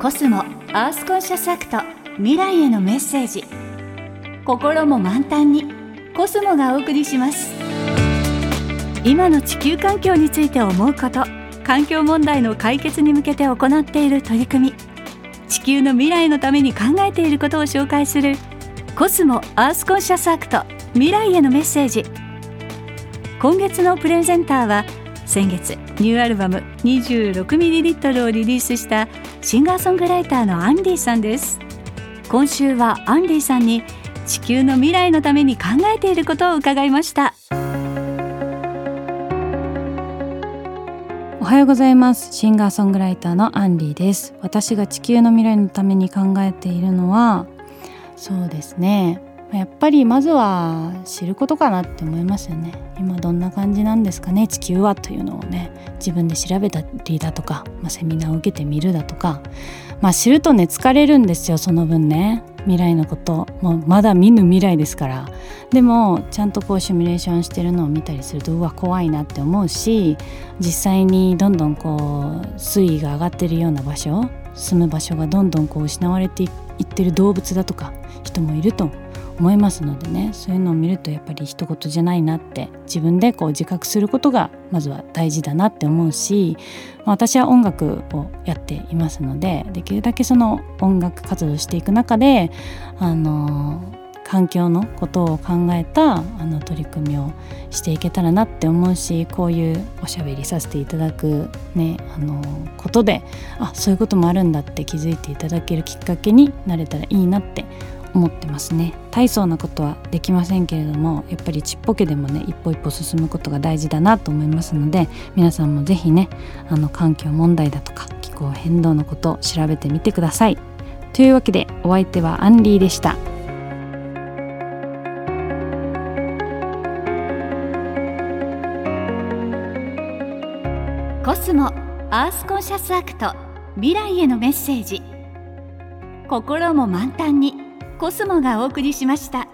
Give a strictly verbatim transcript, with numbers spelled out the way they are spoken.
コスモアースコンシャスアクト、未来へのメッセージ。心も満タンに、コスモがお送りします。今の地球環境について思うこと、環境問題の解決に向けて行っている取り組み、地球の未来のために考えていることを紹介するコスモアースコンシャスアクト、未来へのメッセージ。今月のプレゼンターは、先月ニューアルバム にじゅうろくミリリットル をリリースしたシンガーソングライターのアンディさんです。今週はアンディさんに地球の未来のために考えていることを伺いました。 おはようございます。シンガーソングライターのアンディです。私が地球の未来のために考えているのは、そうですね、やっぱりまずは知ることかなって思いますよね。今どんな感じなんですかね、地球はというのをね、自分で調べたりだとか、まあ、セミナーを受けてみるだとか、まあ、知るとね疲れるんですよ。その分ね、未来のこともうまだ見ぬ未来ですから。でもちゃんとこうシミュレーションしてるのを見たりすると、うわ怖いなって思うし、実際にどんどんこう水位が上がってるような場所、住む場所がどんどんこう失われていってる動物だとか人もいると思いますのでね、そういうのを見るとやっぱり一言じゃないなって自分でこう自覚することがまずは大事だなって思うし、私は音楽をやっていますので、できるだけその音楽活動していく中であの環境のことを考えたあの取り組みをしていけたらなって思うし、こういうおしゃべりさせていただくね、あのことで、あ、そういうこともあるんだって気づいていただけるきっかけになれたらいいなって思ってますね。大層なことはできませんけれども、やっぱりちっぽけでもね一歩一歩進むことが大事だなと思いますので、皆さんもぜひね、あの環境問題だとか気候変動のことを調べてみてください。というわけで、お相手はアンディでした。 コスモアースコンシャスアクト、未来へのメッセージ。心も満タンに、コスモがお送りしました。